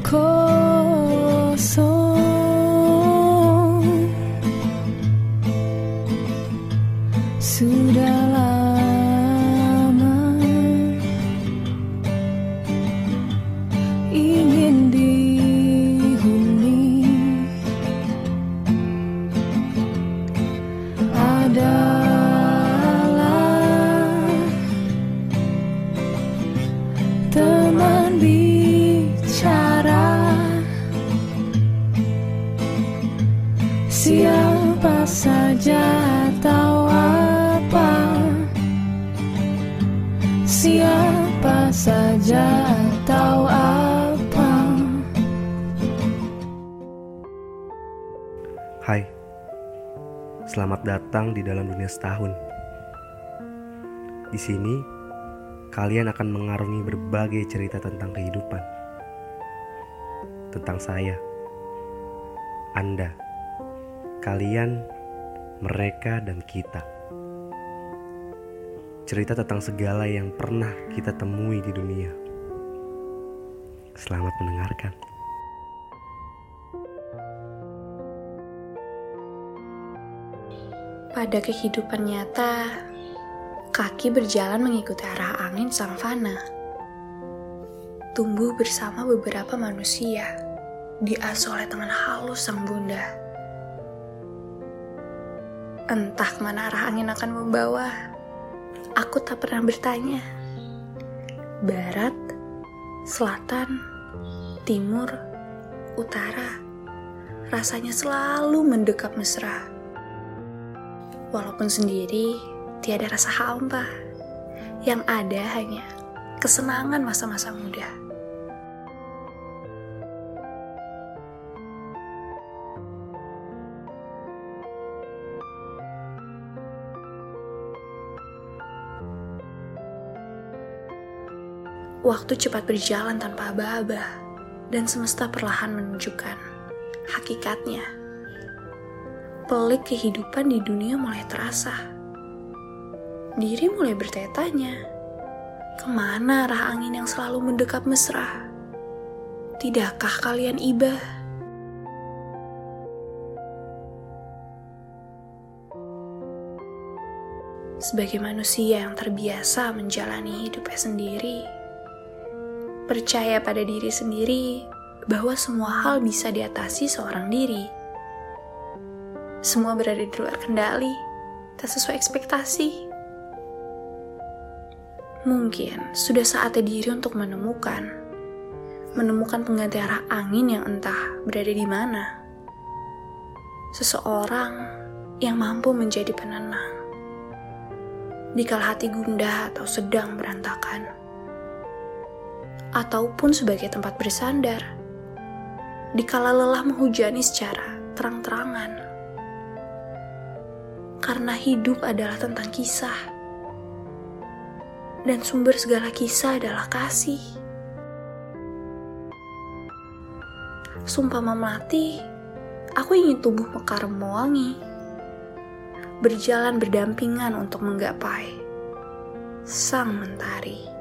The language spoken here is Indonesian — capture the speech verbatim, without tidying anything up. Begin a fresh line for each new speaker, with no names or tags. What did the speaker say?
kosong. Sudah lama ingin dihuni, adalah teman bicara. Siapa saja tahu apa, siapa saja tahu apa.
Hai, selamat datang di dalam dunia setahun. Di sini, kalian akan mengarungi berbagai cerita tentang kehidupan, tentang saya, Anda, kalian, mereka, dan kita. Cerita tentang segala yang pernah kita temui di dunia. Selamat mendengarkan.
Pada kehidupan nyata, kaki berjalan mengikuti arah angin sang fana. Tumbuh bersama beberapa manusia, diasuh oleh tangan halus sang bunda. Entah kemana arah angin akan membawa, aku tak pernah bertanya. Barat, selatan, timur, utara, rasanya selalu mendekap mesra. Walaupun sendiri, tiada rasa hampa. Yang ada hanya kesenangan masa-masa muda. Waktu cepat berjalan tanpa aba-aba, dan semesta perlahan menunjukkan hakikatnya. Pelik kehidupan di dunia mulai terasa. Diri mulai bertanya-tanya, kemana arah angin yang selalu mendekap mesra? Tidakkah kalian iba? Sebagai manusia yang terbiasa menjalani hidupnya sendiri, percaya pada diri sendiri bahwa semua hal bisa diatasi seorang diri. Semua berada di luar kendali, tak sesuai ekspektasi. Mungkin sudah saatnya diri untuk menemukan, menemukan pengganti arah angin yang entah berada di mana. Seseorang yang mampu menjadi penenang, dikala hati gundah atau sedang berantakan. Ataupun sebagai tempat bersandar, dikala lelah menghujani secara terang-terangan. Karena hidup adalah tentang kisah, dan sumber segala kisah adalah kasih. Sumpama mati, aku ingin tubuh mekar mewangi, berjalan berdampingan untuk menggapai sang mentari.